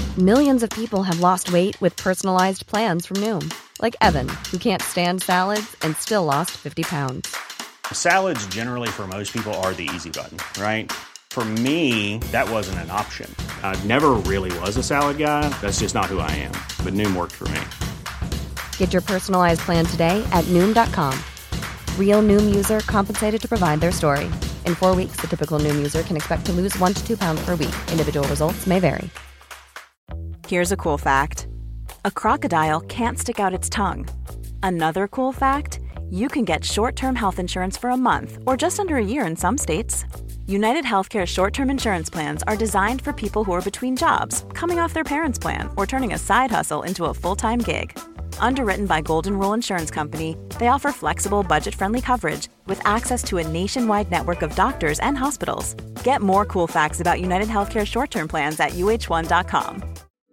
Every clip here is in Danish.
Millions of people have lost weight with personalized plans from Noom. Like Evan, who can't stand salads and still lost 50 pounds. Salads generally for most people are the easy button, right? For me, that wasn't an option. I never really was a salad guy. That's just not who I am. But Noom worked for me. Get your personalized plan today at Noom.com. Real Noom user compensated to provide their story. In 4 weeks, the typical Noom user can expect to lose 1 to 2 pounds per week. Individual results may vary. Here's a cool fact. A crocodile can't stick out its tongue. Another cool fact, you can get short-term health insurance for a month or just under a year in some states. United Healthcare short-term insurance plans are designed for people who are between jobs, coming off their parents' plan, or turning a side hustle into a full-time gig. Underwritten by Golden Rule Insurance Company, they offer flexible, budget-friendly coverage with access to a nationwide network of doctors and hospitals. Get more cool facts about United Healthcare short-term plans at uh1.com.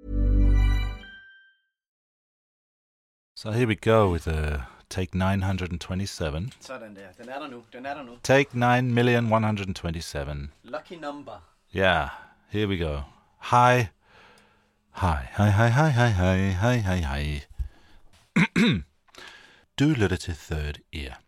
So here we go with take 927. Sådan der. Den er der nu. Take 9,127,000. Lucky number. Yeah, here we go. Hi. Du lytter til Third Ear.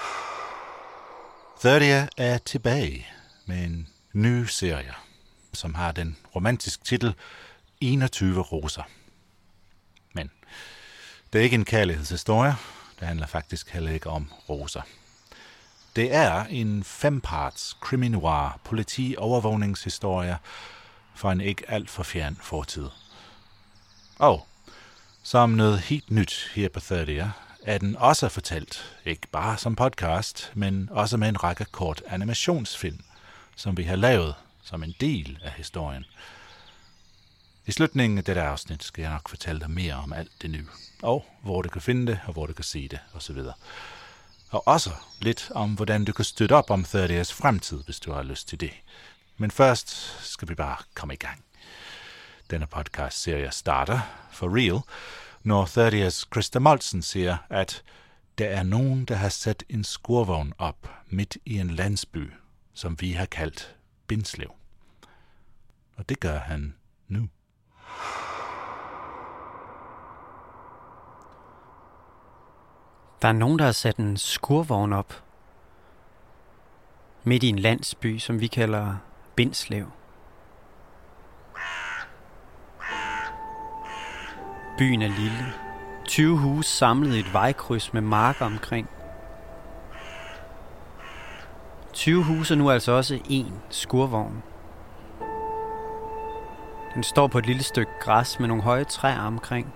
Third Ear er tilbage med en ny serie, som har den romantiske titel 21 roser. Men det er ikke en kærlighedshistorie. Det handler faktisk heller ikke om roser. Det er en 5-parts krimi-noir politi-overvågningshistorie for en ikke alt for fjern fortid. Og som noget helt nyt her på 30'er, er den også fortalt, ikke bare som podcast, men også med en række kort animationsfilm, som vi har lavet som en del af historien. I slutningen af dette afsnit skal jeg nok fortælle dig mere om alt det nye, og hvor du kan finde det, og hvor du kan se det, osv. Og også lidt om, hvordan du kan støtte op om 30'ers fremtid, hvis du har lyst til det. Men først skal vi bare komme i gang. Denne podcast-serie starter, for real, når 30'ers Christa Moltzen siger, at der er nogen, der har sat en skurvogn op midt i en landsby, som vi har kaldt Bindslev. Og det gør han nu. Der er nogen, der har sat en skurvogn op midt i en landsby, som vi kalder Bindslev. Byen er lille. 20 huse samlet i et vejkryds med marker omkring. 20 huse er nu altså også én skurvogn. Den står på et lille stykke græs med nogle høje træer omkring.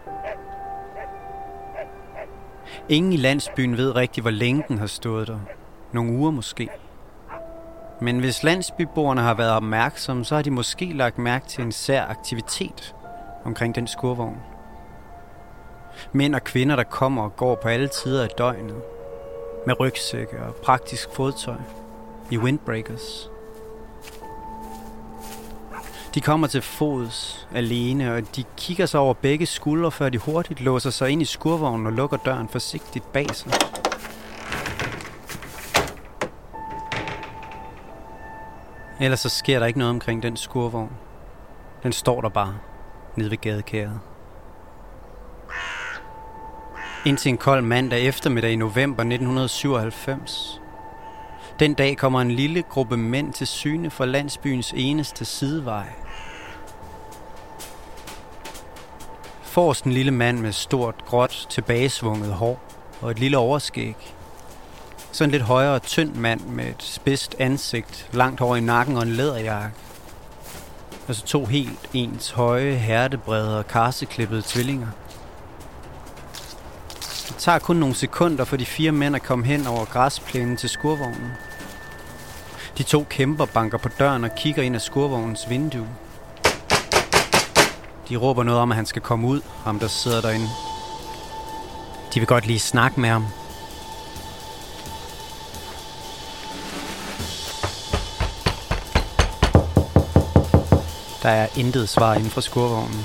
Ingen i landsbyen ved rigtig, hvor længe den har stået der. Nogle uger måske. Men hvis landsbyboerne har været opmærksomme, så har de måske lagt mærke til en sær aktivitet omkring den skurvogn. Mænd og kvinder, der kommer og går på alle tider af døgnet. Med rygsække og praktisk fodtøj. I windbreakers. De kommer til fods, alene, og de kigger sig over begge skuldre, før de hurtigt låser sig ind i skurvognen og lukker døren forsigtigt bag sig. Ellers så sker der ikke noget omkring den skurvogn. Den står der bare, nede ved gadekæret. Indtil en kold mandag eftermiddag i november 1997. Den dag kommer en lille gruppe mænd til syne fra landsbyens eneste sidevej. Forrest en lille mand med stort, gråt, tilbagesvunget hår og et lille overskæg. Så en lidt højere, tynd mand med et spidst ansigt, langt hår i nakken og en læderjakke. Og så 2 helt ens høje, hærdebrede og karseklippede tvillinger. Det tager kun nogle sekunder for de 4 mænd at komme hen over græsplænen til skurvognen. De 2 kæmper banker på døren og kigger ind af skurvognens vindue. De råber noget om, at han skal komme ud, ham der sidder derinde. De vil godt lige snakke med ham. Der er intet svar inden for skurvognen.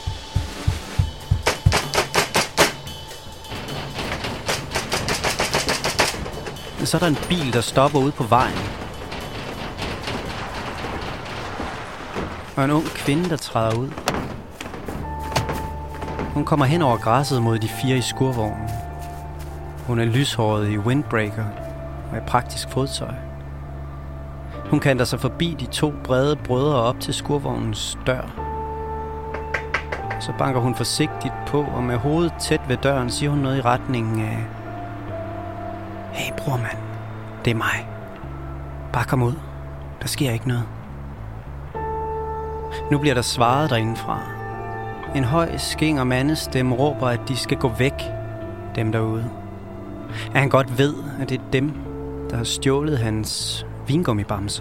Så er der en bil, der stopper ude på vejen. Og en ung kvinde, der træder ud. Hun kommer hen over græsset mod de 4 i skurvognen. Hun er lyshåret i windbreaker og i praktisk fodtøj. Hun kanter sig forbi de 2 brede brødre op til skurvognens dør. Så banker hun forsigtigt på, og med hovedet tæt ved døren siger hun noget i retningen af: Hey brormand, det er mig. Bare kom ud. Der sker ikke noget. Nu bliver der svaret derindefra. En høj, skinger mandestemme råber, at de skal gå væk, dem derude. At han godt ved, at det er dem, der har stjålet hans vingummibamser.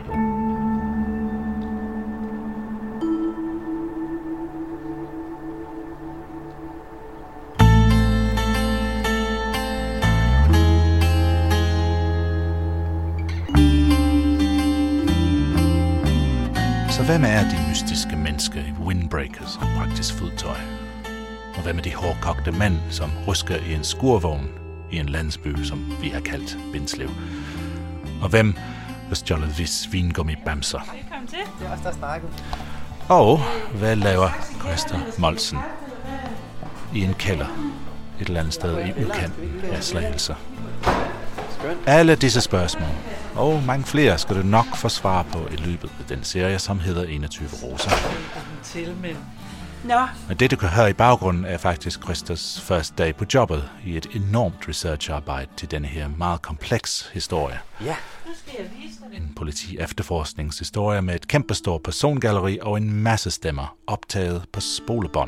Så hvem er de mystiske mennesker i windbreakers og praktisk fodtøj? Og hvem er de hårdkogte mænd, som rusker i en skurvogn i en landsby, som vi har kaldt Bindslev? Og hvem har stjålet vis vingummibamser? Velkommen til. Det er også der snakker. Og hvad laver Christa Moldsen i en kælder et eller andet sted i udkanten af Slagelse? Alle disse spørgsmål og mange flere skal du nok få svar på i løbet af den serie, som hedder 21 Roser. Men det, du kan høre i baggrunden, er faktisk Christas første dag på jobbet i et enormt researcharbejde til denne her meget kompleks historie. Ja. En politi-efterforskningshistorie med et kæmpestort persongalleri og en masse stemmer optaget på spolebånd.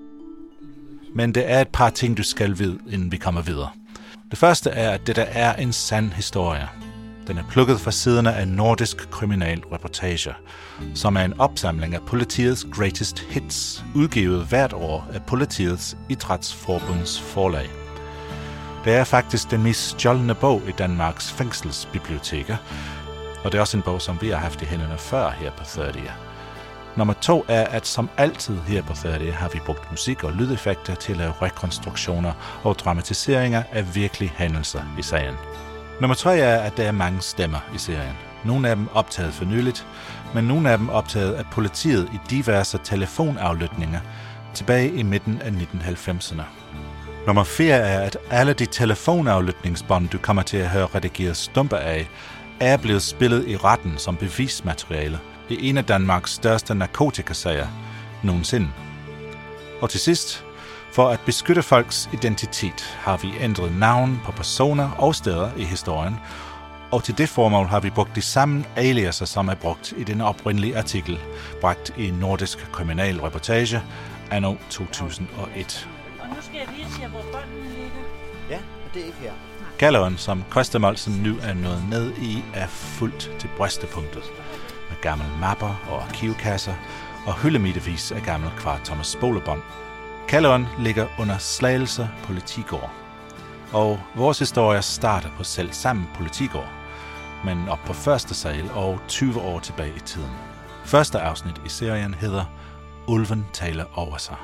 Men det er et par ting, du skal vide, inden vi kommer videre. Det første er, at det der er en sand historie. Den er plukket fra siderne af Nordisk Kriminal Reportage, som er en opsamling af politiets greatest hits, udgivet hvert år af politiets idrætsforbunds forlag. Det er faktisk den mest stjålne bog i Danmarks fængselsbiblioteker, og det er også en bog, som vi har haft i hænderne før her på 30. Nummer 2 er, at som altid her på 30 har vi brugt musik og lydeffekter til at lave rekonstruktioner og dramatiseringer af virkelige hændelser i sagen. Nummer 3 er, at der er mange stemmer i serien. Nogle af dem optaget for nyligt, men nogle af dem optaget af politiet i diverse telefonaflytninger tilbage i midten af 1990'erne. Nummer 4 er, at alle de telefonaflytningsbånd, du kommer til at høre redigeret stumper af, er blevet spillet i retten som bevismateriale i en af Danmarks største narkotikasager nogensinde. Og til sidst, for at beskytte folks identitet, har vi ændret navn på personer og steder i historien, og til det formål har vi brugt de samme aliaser, som er brugt i den oprindelige artikel, bragt i Nordisk Kriminal Reportage anno 2001. Og nu skal jeg lige se, hvor bånden ligger. Ja, og det er ikke her. Kælderen, som Christa Moldsen nu er nået ned i, er fuldt til bristepunktet. Med gamle mapper og arkivkasser og hyldemetervis af gamle kvart Thomas spolebånd. Kælderen ligger under Slagelse Politigård. Og vores historie starter på selv samme politigård, men op på første sal og 20 år tilbage i tiden. Første afsnit i serien hedder Ulven taler over sig.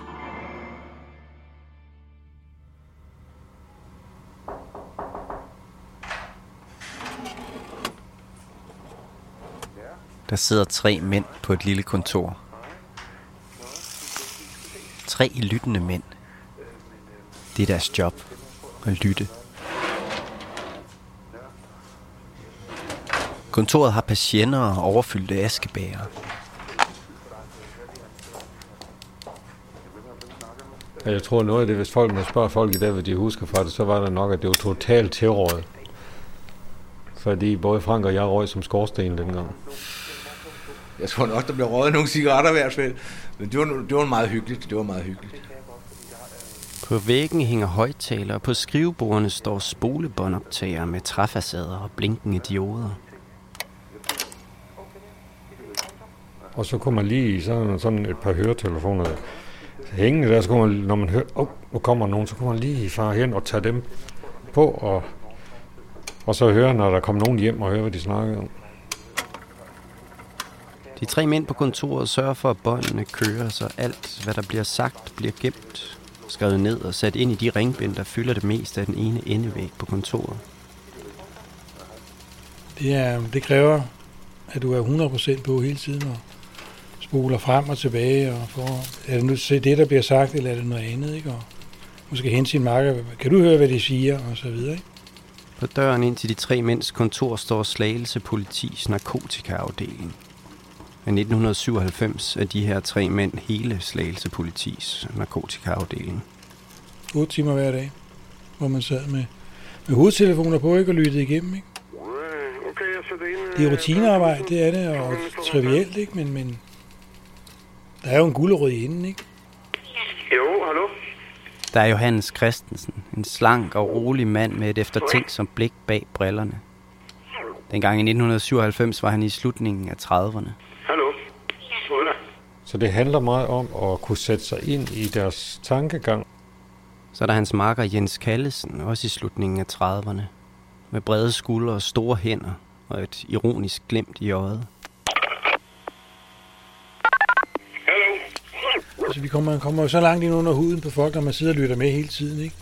Der sidder 3 mænd på et lille kontor. 3 lyttende mænd. Det er deres job at lytte. Kontoret har patienter og overfyldte askebæger. Jeg tror noget af det, hvis man spørger folk i dag, hvad de husker fra det, så var det nok, at det var totalt terror. Fordi både Frank og jeg røg som skorsten dengang. Jeg tror nok, der blev røget nogle cigaretter i hvert fald. Men det var meget hyggeligt. På væggen hænger højttaler, og på skrivebordene står spolebåndoptager med træfacader og blinkende dioder. Og så kunne man lige sådan et par høretelefoner hængende der, så kunne man, når man hører, nu kommer nogen, så kunne man lige fare hen og tage dem på, og så høre, når der kom nogen hjem og høre, hvad de snakkede om. De 3 mænd på kontoret sørger for, at båndene kører, så alt, hvad der bliver sagt, bliver gemt, skrevet ned og sat ind i de ringbind, der fylder det meste af den ene endevæg på kontoret. Det kræver, at du er 100% på hele tiden og spoler frem og tilbage, og er det nu det, der bliver sagt, eller er det noget andet, ikke? Og måske hente sin marker, kan du høre, hvad de siger, og så videre, ikke? På døren ind til de 3 mænds kontor står Slagelse Politis narkotikaafdeling. I 1997 er de her 3 mænd hele Slagelse Politis narkotikaafdeling. 8 timer hver dag, hvor man sad med hovedtelefoner på, ikke, og lyttede igennem, ikke? Det er rutinearbejde, det er det, og trivielt, ikke? Men der er jo en gulerod i enden, ikke? Jo, hallo? Der er Johannes Christensen, en slank og rolig mand med et eftertænksomt blik bag brillerne. Dengang i 1997 var han i slutningen af 30'erne. Hallo? Så det handler meget om at kunne sætte sig ind i deres tankegang. Så er der hans makker Jens Kallesen, også i slutningen af 30'erne. Med brede skuldre og store hænder og et ironisk glimt i øjet. Altså, vi kommer jo så langt ind under huden på folk, når man sidder og lytter med hele tiden, ikke?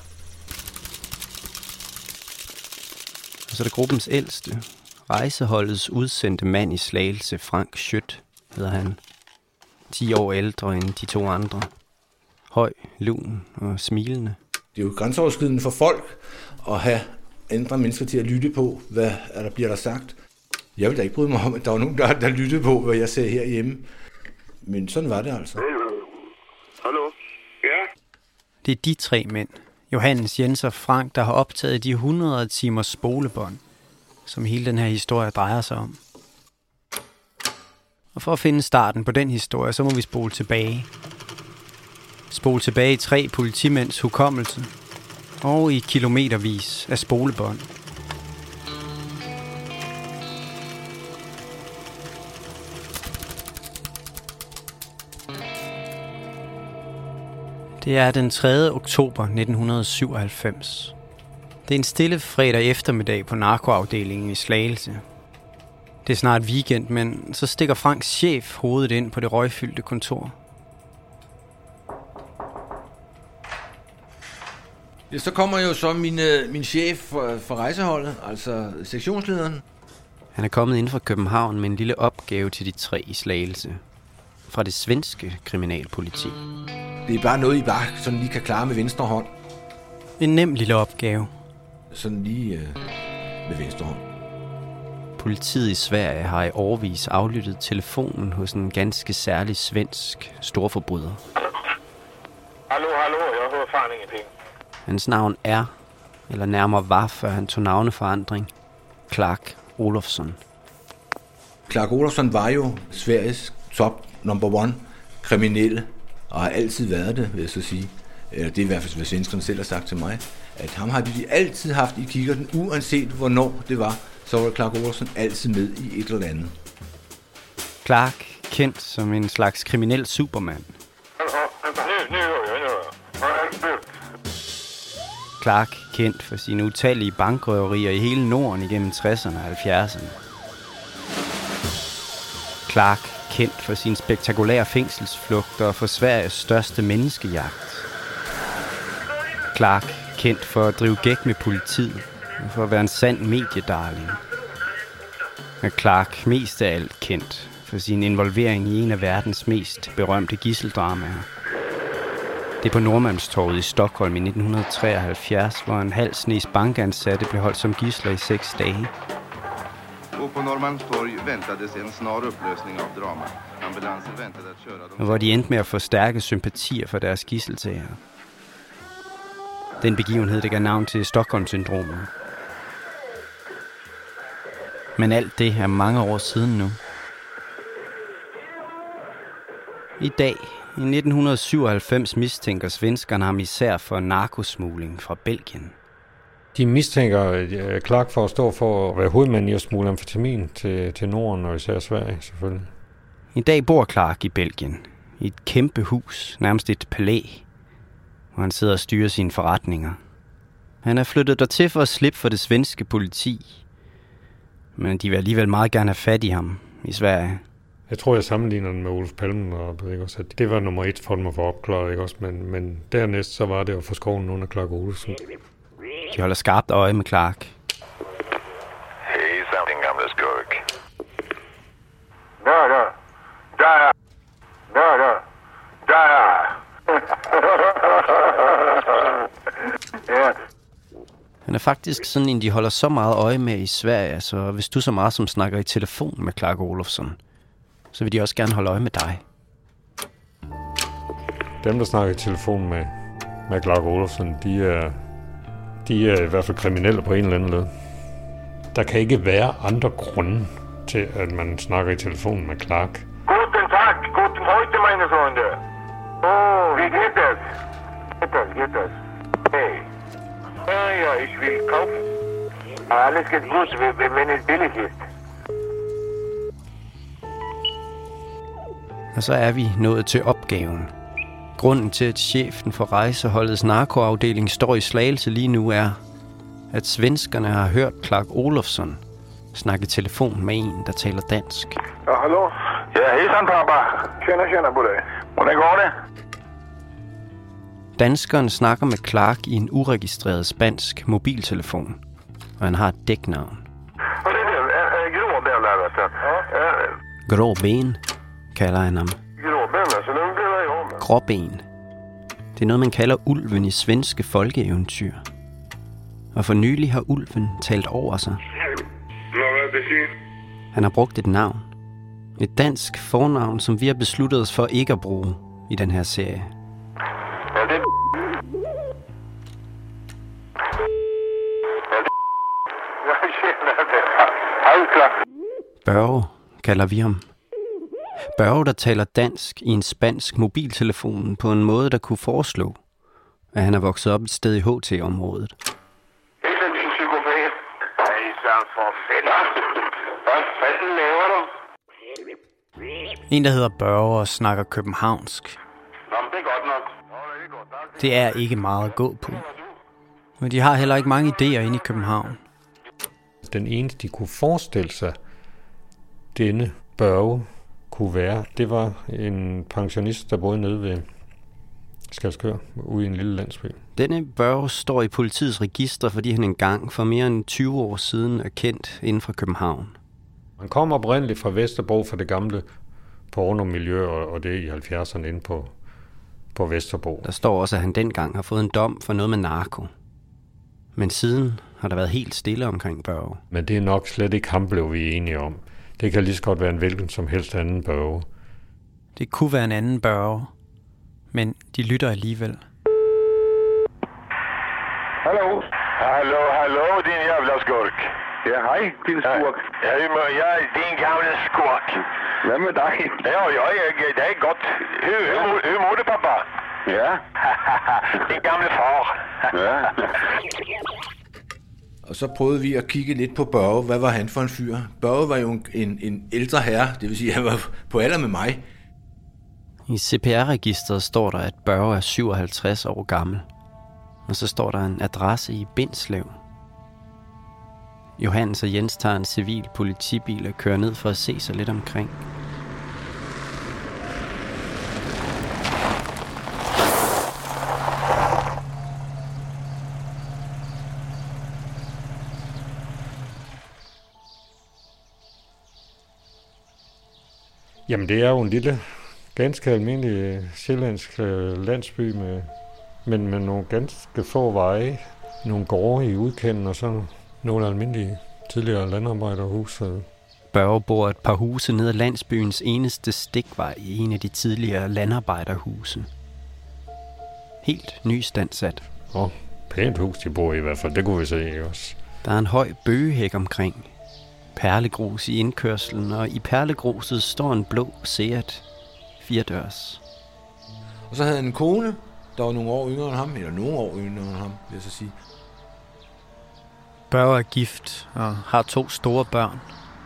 Og så er der gruppens ældste, rejseholdets udsendte mand i Slagelse, Frank Schødt, hedder han. 10 år ældre end de 2 andre. Høj, lun og smilende. Det er jo grænseoverskridende for folk at have andre mennesker til at lytte på, hvad der bliver der sagt. Jeg vil da ikke bryde mig om, at der var nogen, der lyttede på, hvad jeg sagde herhjemme. Men sådan var det altså. Hallo? Ja? Det er de 3 mænd, Johannes, Jens og Frank, der har optaget de 100 timers spolebånd, som hele den her historie drejer sig om. Og for at finde starten på den historie, så må vi spole tilbage. Spole tilbage i 3 politimænds hukommelse og i kilometervis af spolebånd. Det er den 3. oktober 1997. Det er en stille fredag eftermiddag på narkoafdelingen i Slagelse. Det er snart weekend, men så stikker Franks chef hovedet ind på det røgfyldte kontor. Ja, så kommer jo så min chef for rejseholdet, altså sektionslederen. Han er kommet ind fra København med en lille opgave til de 3 i Slagelse. Fra det svenske kriminalpoliti. Det er bare noget, I bare sådan lige kan klare med venstre hånd. En nem lille opgave. Sådan lige med venstre hånd. Politiet i Sverige har i årevis aflyttet telefonen hos en ganske særlig svensk storforbryder. Hallo, jeg hører fan ingenting. Hans navn er, eller nærmere var, før han tog navneforandring, Clark Olofsson. Clark Olofsson var jo Sveriges top number 1 kriminelle, og har altid været det, vil jeg så sige. Det er i hvert fald, hvad svenskerne selv har sagt til mig, at ham har de altid haft i kikkerten, uanset hvornår det var, så var Clark Olofsson altid med i et eller andet. Clark, kendt som en slags kriminel supermand. Clark, kendt for sine utallige bankrøverier i hele Norden igennem 60'erne og 70'erne. Clark, kendt for sine spektakulære fængselsflugter og for Sveriges største menneskejagt. Clark, kendt for at drive gæk med politiet og for at være en sand mediedarling. Og Clark, mest af alt kendt for sin involvering i en af verdens mest berømte gisseldramaer. Det er på Nordmalmstorvet i Stockholm i 1973, hvor en halv snes bankansatte blev holdt som gidsler i 6 dage. Och på Norrmalmstorg väntades en snar upplösning av dramat. Ambulanser väntade att köra dem. Hvor de endte med at få stærke sympatier for deres gidseltagere. Den begivenhed, der gav navn til Stockholm-syndromet. Men alt det er mange år siden nu. I dag, i 1997, mistænker svenskerne ham især for narkosmugling fra Belgien. De mistænker Clark for at stå for at være hovedmand i at smugle amfetamin til Norden og især Sverige selvfølgelig. I dag bor Clark i Belgien, i et kæmpe hus, nærmest et palæ, hvor han sidder og styrer sine forretninger. Han er flyttet dertil for at slippe for det svenske politi, men de vil alligevel meget gerne have fat i ham i Sverige. Jeg tror, jeg sammenligner den med Olof Palme, og det var nummer 1 for dem at få opklaret, ikke også? Men dernæst så var det at få skoven under Clark Olofsson. De holder skarpt øje med Clark. Hejsan, din gamle skurk. Der. Han er faktisk sådan en, de holder så meget øje med i Sverige. Altså, hvis du så meget som snakker i telefon med Clark Olofsson, så vil de også gerne holde øje med dig. Dem, der snakker i telefon med Clark Olofsson, de er i hvert fald kriminelle på en eller anden led. Der kan ikke være andre grunde til, at man snakker i telefon med Clark. Guten Tag, guten heute, meine Freunde. Oh, wie geht es? Geht es? Hey. Ja, ich will kaufen. Alles geht gut, wenn es billig ist. Og så er vi nået til opgaven. Grunden til, at chefen for rejseholdets narkoafdeling står i Slagelse lige nu er, at svenskerne har hørt Clark Olofsson snakke telefon med en, der taler dansk. Ja, hallo? Ja, hejsan pappa. Tjena på dig. Hvordan går det? Danskeren snakker med Clark i en uregistreret spansk mobiltelefon, og han har et dæknavn. Gråben, kalder han ham. Gråben. Det er noget, man kalder ulven i svenske folkeeventyr. Og for nylig har ulven talt over sig. Han har brugt et navn. Et dansk fornavn, som vi har besluttet os for ikke at bruge i den her serie. Børge kalder vi ham. Børge, der taler dansk i en spansk mobiltelefon på en måde, der kunne foreslå, at han er vokset op et sted i HT-området. En, der hedder Børge og snakker københavnsk. Det er ikke meget at gå på. Men de har heller ikke mange idéer inde i København. Den eneste, de kunne forestille sig, denne Børge kunne være, det var en pensionist, der boede nede ved Skælskør, ude i en lille landsby. Denne Børge står i politiets register, fordi han engang for mere end 20 år siden er kendt inden for København. Han kom oprindeligt fra Vesterbro, fra det gamle pornomiljø, og det i 70'erne inde på Vesterbro. Der står også, at han dengang har fået en dom for noget med narko. Men siden har der været helt stille omkring Børge. Men det er nok slet ikke ham, blev vi enige om. Det kan lige så godt være en hvilken som helst anden Børge. Det kunne være en anden Børge, men de lytter alligevel. Hallo, din jävla skurk. Ja, hej, din skurk. Ja, jeg er din gamle skurk. Hvad med dig? Ja, det er godt. Hur mår du, pappa? Ja. Din gamle far. Ja. Og så prøvede vi at kigge lidt på Børge. Hvad var han for en fyr? Børge var jo en ældre herre, det vil sige, at han var på alder med mig. I CPR-registeret står der, at Børge er 57 år gammel. Og så står der en adresse i Bindslev. Johannes og Jens tager en civil politibil og kører ned for at se sig lidt omkring. Jamen, det er jo en lille, ganske almindelig sjællandsk landsby med nogle ganske få veje, nogle gårde i udkanten og så nogle almindelige tidligere landarbejderhus. Børge bor et par huse ned ad landsbyens eneste stikvej i en af de tidligere landarbejderhuse. Helt nystandsat. Pænt hus de bor i hvert fald, det kunne vi se også. Der er en høj bøgehæk omkring. Perlegrus i indkørslen, og i perlegruset står en blå Seat 4-dørs. Og så havde han en kone, der var nogle år yngre end ham, eller nogle år yngre end ham, vil jeg så sige. Børge er gift og har 2 store børn.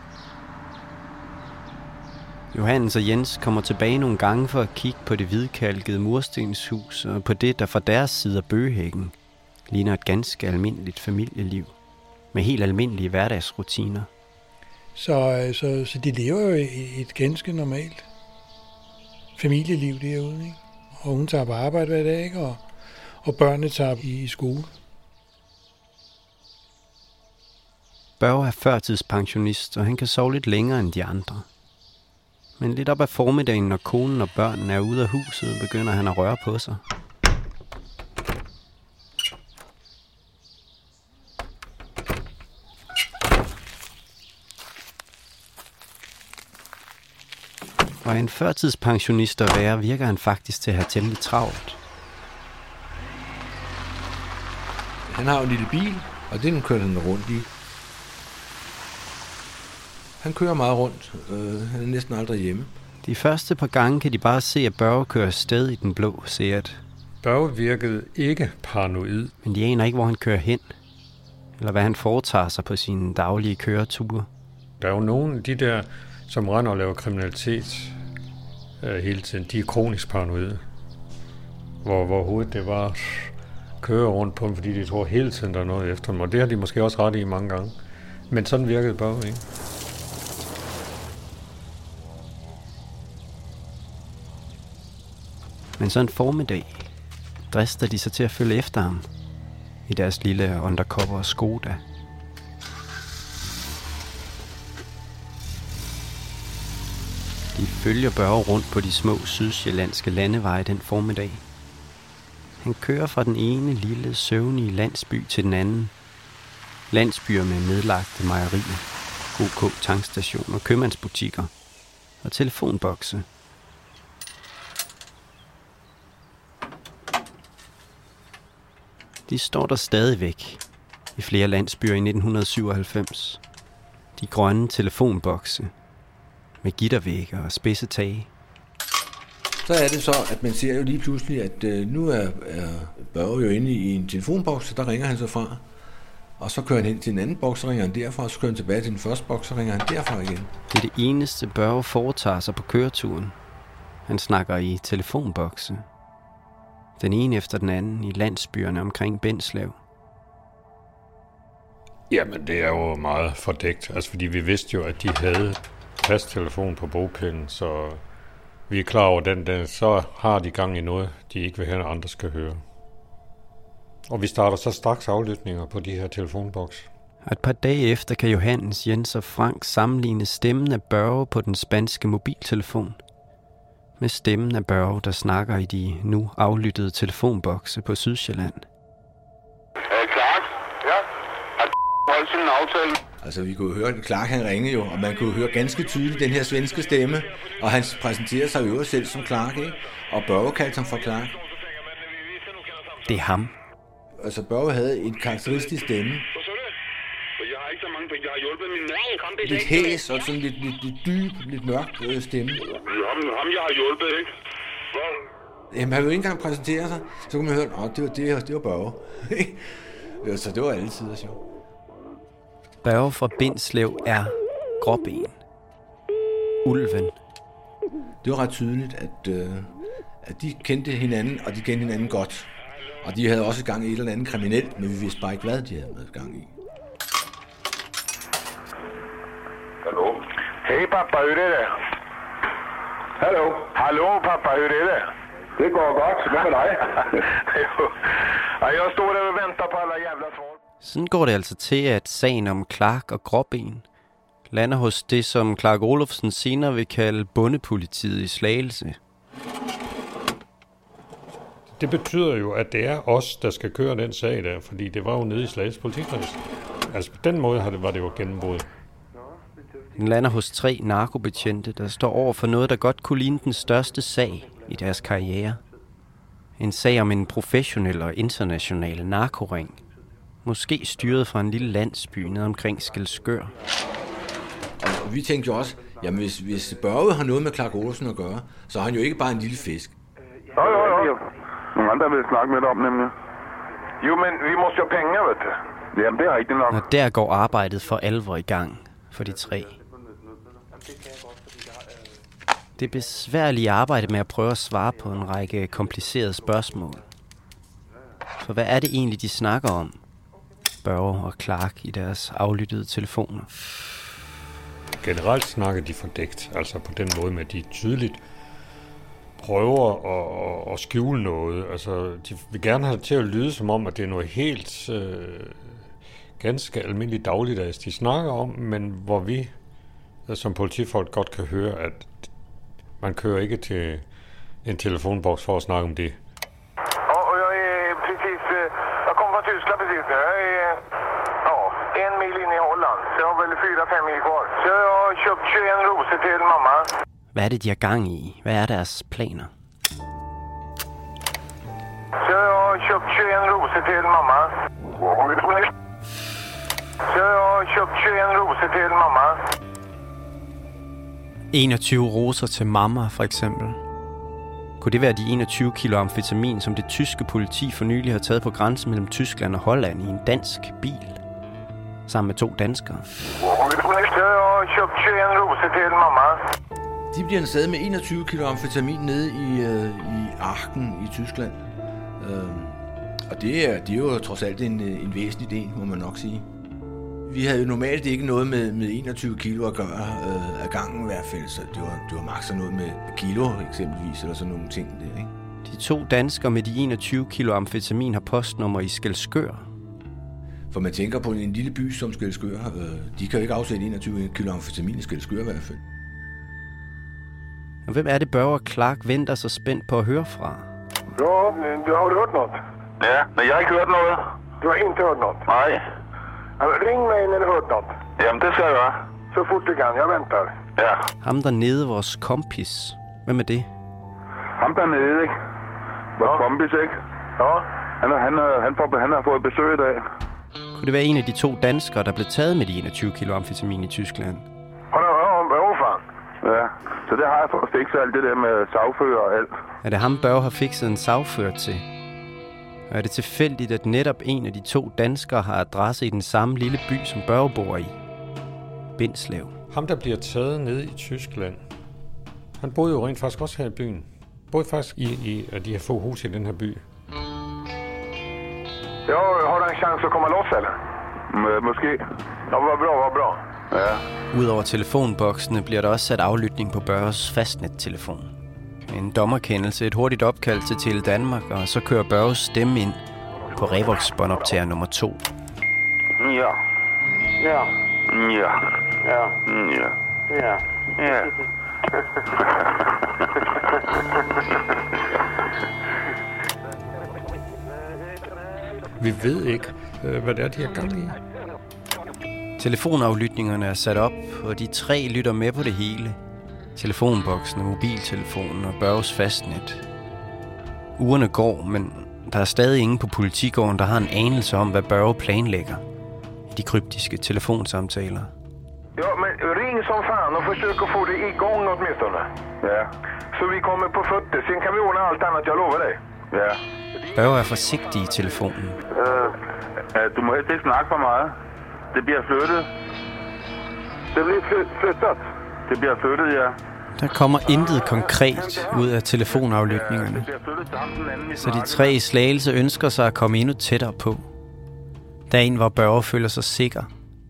Johannes og Jens kommer tilbage nogle gange for at kigge på det hvidkalkede murstenshus og på det, der fra deres side af bøgehækken ligner et ganske almindeligt familieliv med helt almindelige hverdagsrutiner. Så de lever jo et ganske normalt familieliv derude, ikke? Og hun tager på arbejde hver dag, ikke? Og børnene tager i skole. Børge er førtidspensionist, og han kan sove lidt længere end de andre. Men lidt op ad formiddagen, når konen og børnene er ude af huset, begynder han at røre på sig. Og en førtidspensionist at være, virker han faktisk til at have temmelig travlt. Han har jo en lille bil, og den kører han rundt i. Han kører meget rundt. Han er næsten aldrig hjemme. De første par gange kan de bare se, at Børge kører afsted i den blå Seat. Børge virkede ikke paranoid. Men de aner ikke, hvor han kører hen. Eller hvad han foretager sig på sine daglige køreture. Der er jo nogle af de der, som render og laver kriminalitet hele tiden. De er kronisk paranoide. Hvor hovedet det var kører rundt på dem, fordi de tror hele tiden, der er noget efter dem. Og det har de måske også ret i mange gange. Men sådan virkede Børge ikke. Men så en formiddag drister de sig til at følge efter ham i deres lille undercover Skoda. De følger Børge rundt på de små sydsjællandske landeveje den formiddag. Han kører fra den ene lille søvnige landsby til den anden. Landsbyer med nedlagte mejerier, OK tankstationer, købmandsbutikker og telefonbokse. De står der stadigvæk i flere landsbyer i 1997. De grønne telefonbokse med gittervægge og spidse tage. Så er det så, at man ser jo lige pludselig, at nu er Børge jo inde i en telefonboks, så der ringer han så fra. Og så kører han hen til en anden boks, så ringer han derfra, og så kører han tilbage til den første boks, så ringer han derfra igen. Det er det eneste, Børge foretager sig på køreturen. Han snakker i telefonbokse. Den ene efter den anden i landsbyerne omkring Bindslev. Jamen, det er jo meget fordækt. Altså, fordi vi vidste jo, at de havde fasttelefon på bogpælen, så vi er klar over den, så har de gang i noget, de ikke vil have, at andre skal høre. Og vi starter så straks aflytninger på de her telefonboks. Et par dage efter kan Johannes, Jens og Frank sammenligne stemmen af Børge på den spanske mobiltelefon med stemmen af Børge, der snakker i de nu aflyttede telefonbokse på Sydsjælland. Clark? Ja? Har holdt sin aftale? Altså, vi kunne høre, at Clark han ringede jo, og man kunne høre ganske tydeligt den her svenske stemme, og han præsenterer sig jo selv som Clark, ikke? Og Børge kaldte ham for Clark. Det er ham. Altså, Børge havde en karakteristisk stemme. Jeg har ikke så mange penge. Jeg har hjulpet min... Lidt hæs og sådan lidt dyb, lidt mørk stemme. Ham jeg har hjulpet, ikke? Jamen, han ville ikke engang præsentere sig. Så kunne man høre, det var Børge. Så det var alle tider sjovt. Børge fra Bindslev er Gråben. Ulven. Det var ret tydeligt, at de kendte hinanden, og de kendte hinanden godt. Og de havde også gang i et eller andet kriminelt, men vi vidste bare ikke, hvad de havde været gang i. Hallo? Hej pappa, hur är det? Hallo? Hallo pappa, hur är det? Det går godt. Hvad med dig? Jeg står der og venter på alle jævla svar. Sådan går det altså til, at sagen om Clark og Gråben lander hos det, som Clark Olofsen senere vil kalde bondepolitiet i Slagelse. Det betyder jo, at det er os, der skal køre den sag der, fordi det var jo nede i Slagelse politikreds. Altså på den måde var det jo gennembrud. Den lander hos 3 narkobetjente, der står over for noget, der godt kunne ligne den største sag i deres karriere. En sag om en professionel og international narkoring. Måske styret fra en lille landsby nede omkring Skælskør. Og vi tænkte jo også, jamen hvis Børge har noget med Clark Olofsen at gøre, så er han jo ikke bare en lille fisk. Jo. Nogle andre vil snakke med dig om, nemlig. Jo, men vi må jo penge, vet du. Jamen, det er rigtigt nok. Og der går arbejdet for alvor i gang for de 3. Det besværlige arbejde med at prøve at svare på en række komplicerede spørgsmål. For hvad er det egentlig, de snakker om? Børge og Clark i deres aflyttede telefoner. Generelt snakker de fordækt, altså på den måde med, at de tydeligt prøver at skjule noget. Altså, de vil gerne have det til at lyde som om, at det er noget helt ganske almindeligt dagligdags, de snakker om, men hvor vi som politifolk godt kan høre, at man kører ikke til en telefonboks for at snakke om det. Och jag är precis... Jag kommer från Tyskland precis nu. Jag är 1 mil in i Holland. Så jag har väl 4-5 mil kvar. Så jag har köpt 21 rosor till mamma. Hvad er det, de har gang i? Hvad er deres planer? Så jeg har købt 21 roser til mamma. Så jeg har købt 21 roser til mamma. 21 roser til mamma, for eksempel. Kunne det være de 21 kilo amfetamin, som det tyske politi for nylig har taget på grænsen mellem Tyskland og Holland i en dansk bil? Sammen med 2 danskere. Så jeg har købt 21 roser til mamma. De bliver stadig med 21 kilo amfetamin nede i Aachen i Tyskland. Og det er jo trods alt en væsentlig del, må man nok sige. Vi havde jo normalt ikke noget med 21 kilo at gøre af gangen i hvert fald, så det var maks noget med kilo eksempelvis, eller sådan nogle ting der, ikke? De 2 danskere med de 21 kilo amfetamin har postnummer i Skelskør. For man tænker på en lille by som Skelskør, de kan jo ikke afsætte 21 kilo amfetamin i Skelskør i hvert fald. Og hvem er det, Børge og Clark venter så spændt på at høre fra? Ja, har du hørt noget? Ja, men jeg har ikke hørt noget. Du har ikke hørt noget? Nej. Ring mig när du har hørt noget. Jamen, det skal jeg gøre. Så fort du kan, jeg venter. Ja. Ham dernede, vores kompis. Hvem er det? Ham dernede, ikke? Vores kompis, ikke? Ja. Han har fået besøg i dag. Kunne det være en af de 2 danskere, der blev taget med de 21 kilo amfetamin i Tyskland? Ja, så det har jeg fået fikset alt det der med sagfører og alt. Er det ham, Børge har fikset en sagfører til? Og er det tilfældigt, at netop en af de 2 danskere har adresse i den samme lille by, som Børge bor i? Bindslev. Ham, der bliver taget ned i Tyskland, han boede jo rent faktisk også her i byen. Boede faktisk i de her få hus i den her by. Ja, har du en chans at komme loss, eller? Måske. Ja, hvad bra. Ja. Udover telefonboksene bliver der også sat aflytning på Børges fastnettelefon. En dommerkendelse, et hurtigt opkald til Tele Danmark, og så kører Børges stemme ind på Revox-båndoptager nummer 2. Ja. Ja. Ja. Ja. Ja. Ja. Ja. Vi ved ikke, hvad det er, de har gang i. Telefonaflytningerne er sat op, og de 3 lytter med på det hele. Telefonboksen, mobiltelefonen og Børges fastnet. Ugerne går, men der er stadig ingen på politigården, der har en anelse om, hvad Børge planlægger i de kryptiske telefonsamtaler. Ja, men ring som fan och försök att få det igång åtminstone. Ja. Så vi kommer på fötter, sen kan vi ordna allt annat, jag lovar dig. Ja. Børge er forsigtig i telefonen. Du må helst ikke snakke for meget. Det bliver flyttet. Det bliver flyttet? Det bliver flyttet, ja. Der kommer intet konkret ud af telefonaflytningerne. Så de 3 i Slagelse ønsker sig at komme endnu tættere på. Dagen, hvor Børge føler sig sikker.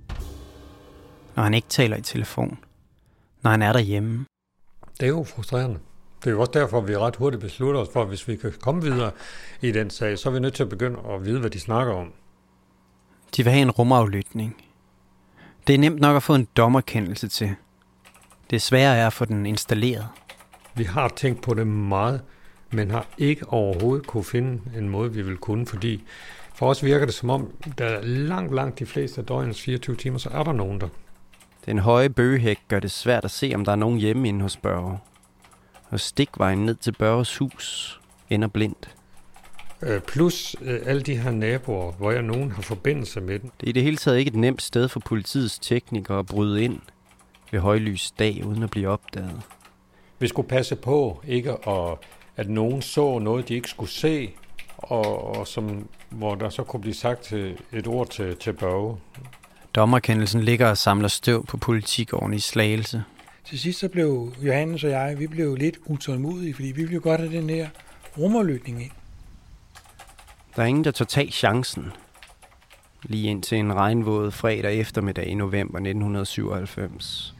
Når han ikke taler i telefon. Når han er derhjemme. Det er jo frustrerende. Det er jo også derfor, vi ret hurtigt beslutter os for, at hvis vi kan komme videre i den sag, så er vi nødt til at begynde at vide, hvad de snakker om. De vil have en rumaflytning. Det er nemt nok at få en dommerkendelse til. Det svære er at få den installeret. Vi har tænkt på det meget, men har ikke overhovedet kunne finde en måde, vi vil kunne, fordi for os virker det som om, der er langt de fleste af døgnets 24 timer, så er der nogen der. Den høje bøgehæk gør det svært at se, om der er nogen hjemme inde hos Børge. Og stikvejen ned til Børges hus ender blindt. Plus alle de her naboer, hvor jeg nogen har forbindelse med den. Det er i det hele taget ikke et nemt sted for politiets teknikere at bryde ind ved højlys dag, uden at blive opdaget. Vi skulle passe på, ikke at nogen så noget, de ikke skulle se, og hvor der så kunne blive sagt et ord til Børge. Dommerkendelsen ligger og samler støv på politigården i Slagelse. Til sidst så blev Johannes og jeg, vi blev lidt utålmodige, fordi vi ville godt have den her rumaflytning ind. Der er ingen, der tør tage chancen. Lige indtil en regnvåd fredag eftermiddag i november 1997.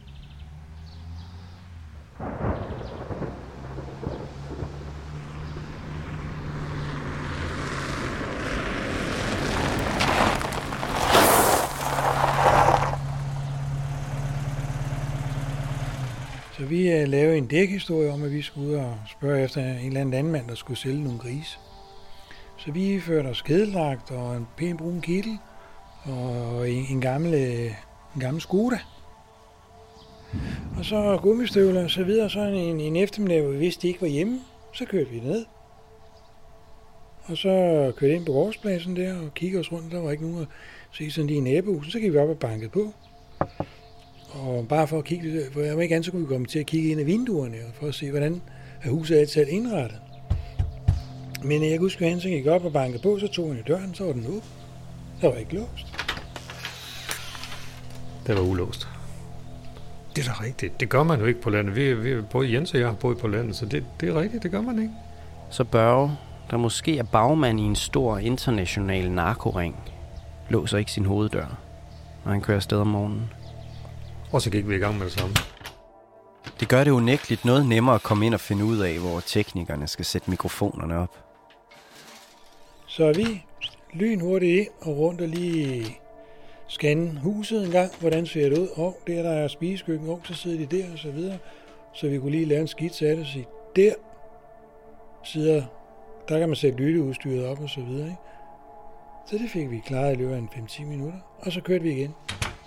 Så vi lavede en dækhistorie om, at vi skulle ud og spørge efter en eller anden landmand, der skulle sælge nogle grise. Så vi førte os kedeldragt og en pæn brun kittel og en gammel Skoda. Og så gummistøvler og så videre. Så en eftermiddag, hvor vi vidste, de ikke var hjemme, så kørte vi ned. Og så kørte ind på gårdspladsen der og kiggede os rundt. Der var ikke nogen at se sådan lige i nabohuset. Så gik vi op og bankede på. Og bare for at kigge lidt, for jeg var ikke andet, så kunne vi komme til at kigge ind ad vinduerne, for at se, hvordan huset er altid indrettet. Men jeg kan huske, at han så gik op og bankede på, så tog han i døren, så var den åben. Der var ikke låst. Det var ulåst. Det er da rigtigt. Det gør man jo ikke på landet. Både Jens og jeg har boet på landet, så det er rigtigt, det gør man ikke. Så Børge, der måske er bagmand i en stor international narkoring, låser ikke sin hoveddør, når han kører afsted om morgenen. Og så gik vi i gang med det samme. Det gør det unægteligt noget nemmere at komme ind og finde ud af, hvor teknikerne skal sætte mikrofonerne op. Så vi lynhurtigt ind og rundt og lige scanne huset en gang. Hvordan ser det ud? Der er spisekøkken. Så sidder de der og så videre. Så vi kunne lige lave en skitse af det og sige, der kan man sætte lytteudstyret op og så videre. Ikke? Så det fik vi klaret i løbet af 5-10 minutter. Og så kørte vi igen.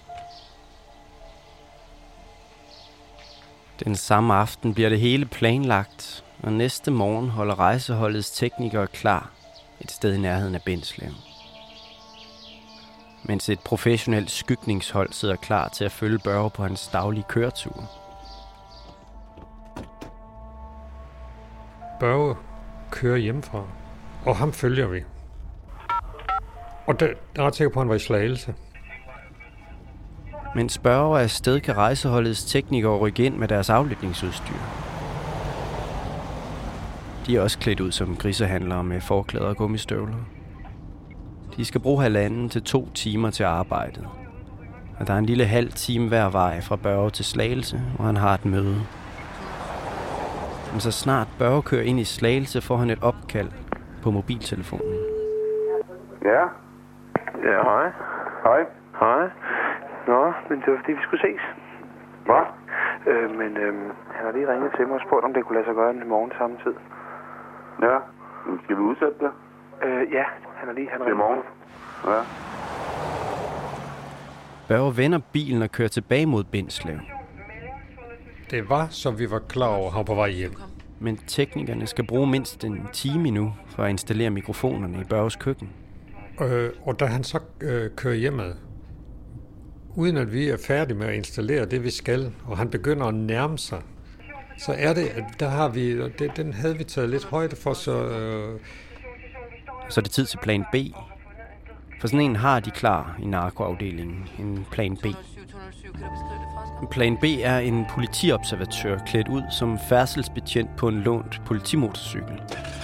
Den samme aften bliver det hele planlagt, og næste morgen holder rejseholdets teknikere klar et sted i nærheden af Bindslev. Mens et professionelt skygningshold sidder klar til at følge Børge på hans daglige køretur. Børge kører hjemmefra, og ham følger vi. Og der er ret sikker på, at han var i Slagelse. Mens Børge er afsted, kan rejseholdets teknikere rykke ind med deres aflytningsudstyr. De er også klædt ud som grisehandlere med forklæder og gummistøvler. De skal bruge 1,5 til 2 timer til arbejdet. Og der er en lille halv time hver vej fra Børge til Slagelse, hvor han har et møde. Men så snart Børge kører ind i Slagelse, får han et opkald på mobiltelefonen. Ja. Ja, hej. Hej. Hej. Nå, men det var fordi, vi skulle ses. Hvad? Han har lige ringet til mig og spurgt, om det kunne lade sig gøre i morgen samme tid. Ja, men skal vi udsætte det? Ja, han ringet. Til morgen? Ja. Børge vender bilen og kører tilbage mod Bindslev. Det var, som vi var klar over, han på vej hjem. Men teknikerne skal bruge mindst en time nu for at installere mikrofonerne i Børges køkken. Og da han så kører hjemad, uden at vi er færdige med at installere det, vi skal, og han begynder at nærme sig, så er det, at der har vi, den havde vi taget lidt højde for, så er det tid til plan B. For sådan en har de klar i narkoafdelingen, en plan B. Plan B er en politiobservatør klædt ud som færdselsbetjent på en lånt politimotorcykel.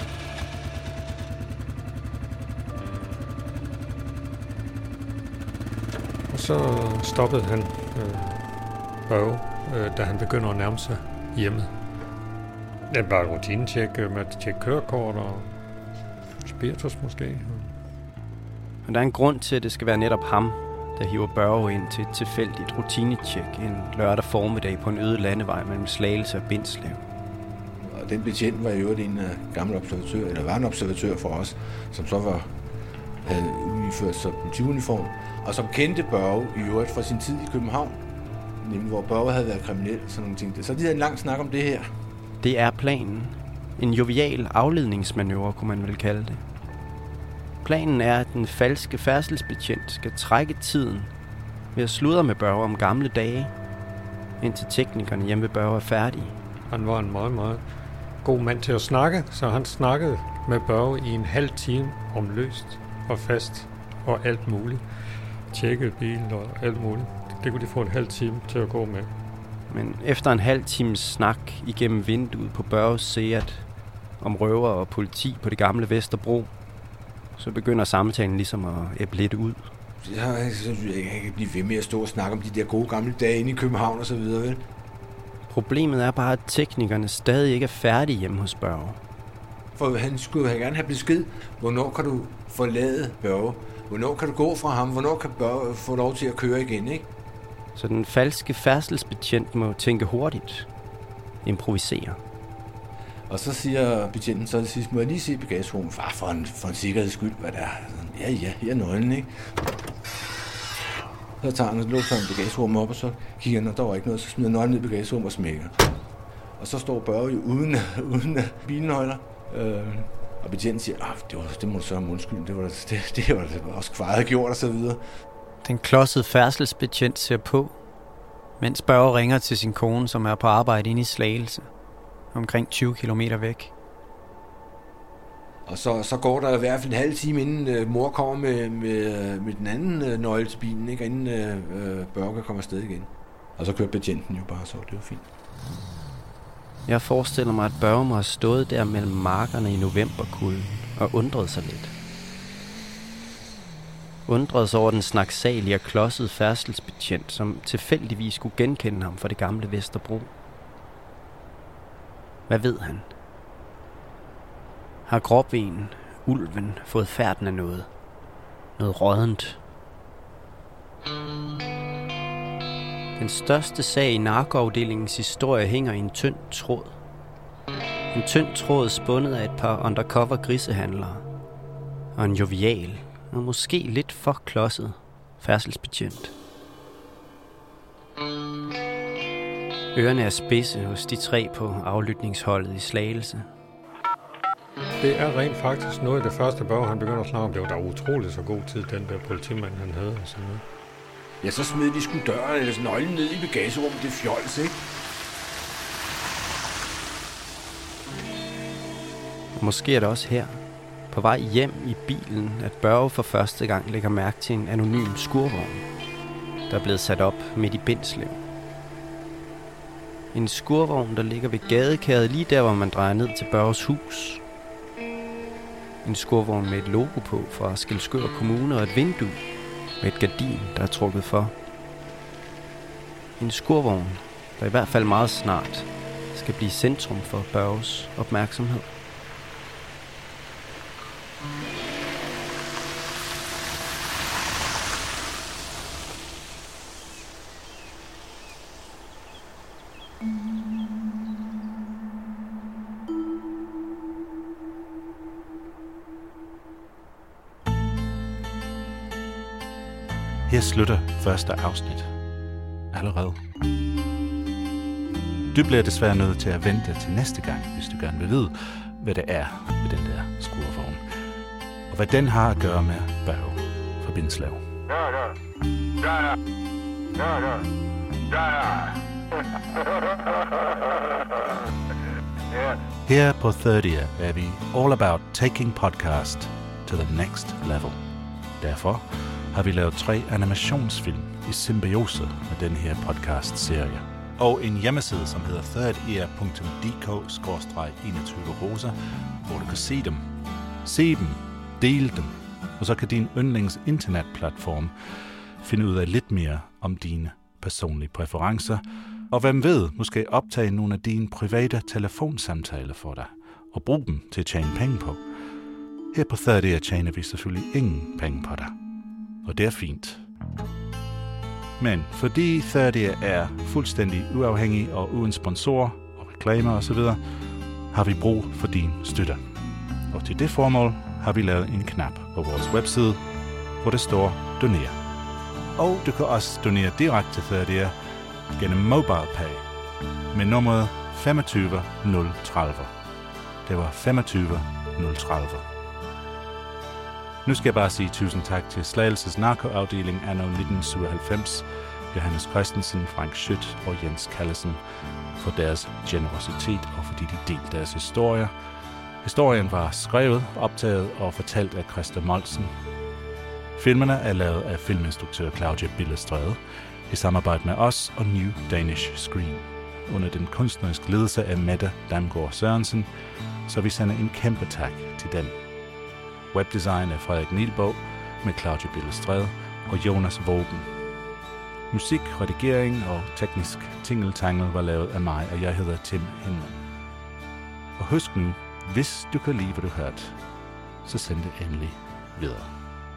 Og så stoppede han Børge, da han begynder at nærme sig hjemmet. Det er bare et rutinetjek med at tjekke kørekort og spiritus måske. Og der er en grund til, at det skal være netop ham, der hiver Børge ind til et tilfældigt rutinetjek en lørdag formiddag på en øde landevej mellem Slagelse og Bindslev. Og den betjent var jo en gammel observatør, eller var en observatør for os, som så havde udført sig politiuniform, og som kendte Børge i øvrigt fra sin tid i København, nemlig hvor Børge havde været kriminel, sådan nogle ting. Så de havde en lang snak om det her. Det er planen. En jovial afledningsmanøvre, kunne man vel kalde det. Planen er, at den falske færdselsbetjent skal trække tiden ved at sludre med Børge om gamle dage, indtil teknikerne hjemme ved Børge er færdige. Han var en meget, meget god mand til at snakke, så han snakkede med Børge i en halv time om løst og fast og alt muligt. Tjekkede bilen og alt muligt. Det kunne de få en halv time til at gå med. Men efter en halv times snak igennem vinduet på Børges Seat om røver og politi på det gamle Vesterbro, så begynder samtalen ligesom at æbbe lidt ud. Jeg kan blive ved med at stå og snakke om de der gode gamle dage inde i København og så videre, vel? Problemet er bare, at teknikerne stadig ikke er færdige hjemme hos Børge. For han skulle gerne have besked. Hvornår kan du forlade Børge? Hvornår kan du gå fra ham? Hvornår kan Børge få lov til at køre igen, ikke? Så den falske færdselsbetjent må tænke hurtigt. Improvisere. Og så siger betjenten så til sidst, må jeg lige se bagagerummet? For en sikkerheds skyld, hvad der er. Ja, her er nøglen, ikke? Så tager han, så låser han bagagerummet op, og så kigger han, og der var ikke noget, så smider nøglen ned i bagagerummet og smækker. Og så står Børge jo uden bilnøgler. Og betjenten siger, det må du så have undskyld, det var også kvaret gjort og så videre. Den klodsede færdselsbetjent ser på, mens Børge ringer til sin kone, som er på arbejde inde i Slagelse, omkring 20 kilometer væk. Og så går der i hvert fald en halv time, inden mor kommer med den anden nøgle til bilen, ikke? Inden Børge kommer afsted igen. Og så kører betjenten jo bare, så det var fint. Jeg forestiller mig, at Børge må have stået der mellem markerne i novemberkulden og undrede sig lidt. Undrede sig over den snaksalige og klodsede færdselsbetjent, som tilfældigvis skulle genkende ham fra det gamle Vesterbro. Hvad ved han? Har gråben, ulven, fået færden af noget? Noget råddent? Den største sag i narkoafdelingens historie hænger i en tynd tråd. En tynd tråd spundet af et par undercover grisehandlere. Og en jovial, og måske lidt for klodset færdselsbetjent. Ørerne er spidse hos de 3 på aflytningsholdet i Slagelse. Det er rent faktisk noget af det første Børge, han begynder at snakke om. Det var da utroligt så god tid, den der politimand, han havde og sådan noget. Ja, så smed de sgu døren eller nøglen ned i bagagerummet. Det er fjols, ikke? Måske er det også her, på vej hjem i bilen, at Børge for første gang lægger mærke til en anonym skurvogn, der er blevet sat op midt i Bindslev. En skurvogn, der ligger ved gadekæret lige der, hvor man drejer ned til Børges hus. En skurvogn med et logo på fra Skælskør Kommune og et vindue med et gardin, der er trukket for. En skurvogn, der i hvert fald meget snart skal blive centrum for Børges opmærksomhed. Her slutter første afsnit. Allerede. Du bliver desværre nødt til at vente til næste gang, hvis du gerne vil vide, hvad det er ved den der skurvogn. Og hvad den har at gøre med Børge fra Bindslev. Her på 30 er vi all about taking podcast to the next level. Derfor har vi lavet 3 animationsfilm i symbiose med den her podcast-serie. Og en hjemmeside, som hedder thirdyear.dk/21rosa, hvor du kan se dem. Se dem, dele dem, og så kan din yndlings internetplatform finde ud af lidt mere om dine personlige præferencer, og hvem ved, måske optage nogle af dine private telefonsamtaler for dig, og bruge dem til at tjene penge på. Her på 30 tjener vi selvfølgelig ingen penge på dig. Og det er fint. Men fordi 30 er fuldstændig uafhængig og uden sponsorer og reklamer osv., har vi brug for din støtte. Og til det formål har vi lavet en knap på vores webside, hvor det står Doner. Og du kan også donere direkte til 30 gennem MobilePay med nummeret 25030. Det var 25030. Nu skal jeg bare sige tusind tak til Slagelses narkoafdeling anno 1997, Johannes Christensen, Frank Schødt og Jens Kallesen for deres generositet og fordi de delte deres historier. Historien var skrevet, optaget og fortalt af Christa Molsen. Filmene er lavet af filminstruktør Claudia Billestræde i samarbejde med os og New Danish Screen under den kunstneriske ledelse af Mette Damgaard Sørensen, så vi sender en kæmpe tak til den. Webdesign af Frederik Nielbog med Claudia Billestræde og Jonas Våben. Musik, redigering og teknisk tingeltangel var lavet af mig, og jeg hedder Tim Hinman. Og husk nu, hvis du kan lide, hvad du hørte, så send det endelig videre.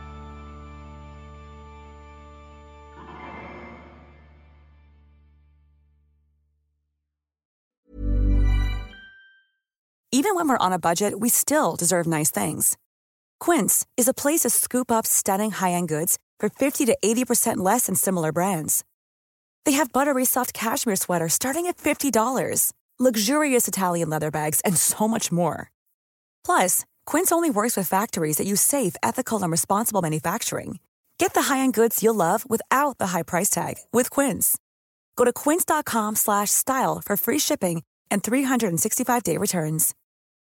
Even when we're on a budget, we still deserve nice things. Quince is a place to scoop up stunning high-end goods for 50 to 80% less than similar brands. They have buttery soft cashmere sweaters starting at $50, luxurious Italian leather bags, and so much more. Plus, Quince only works with factories that use safe, ethical, and responsible manufacturing. Get the high-end goods you'll love without the high price tag with Quince. Go to quince.com/style for free shipping and 365-day returns.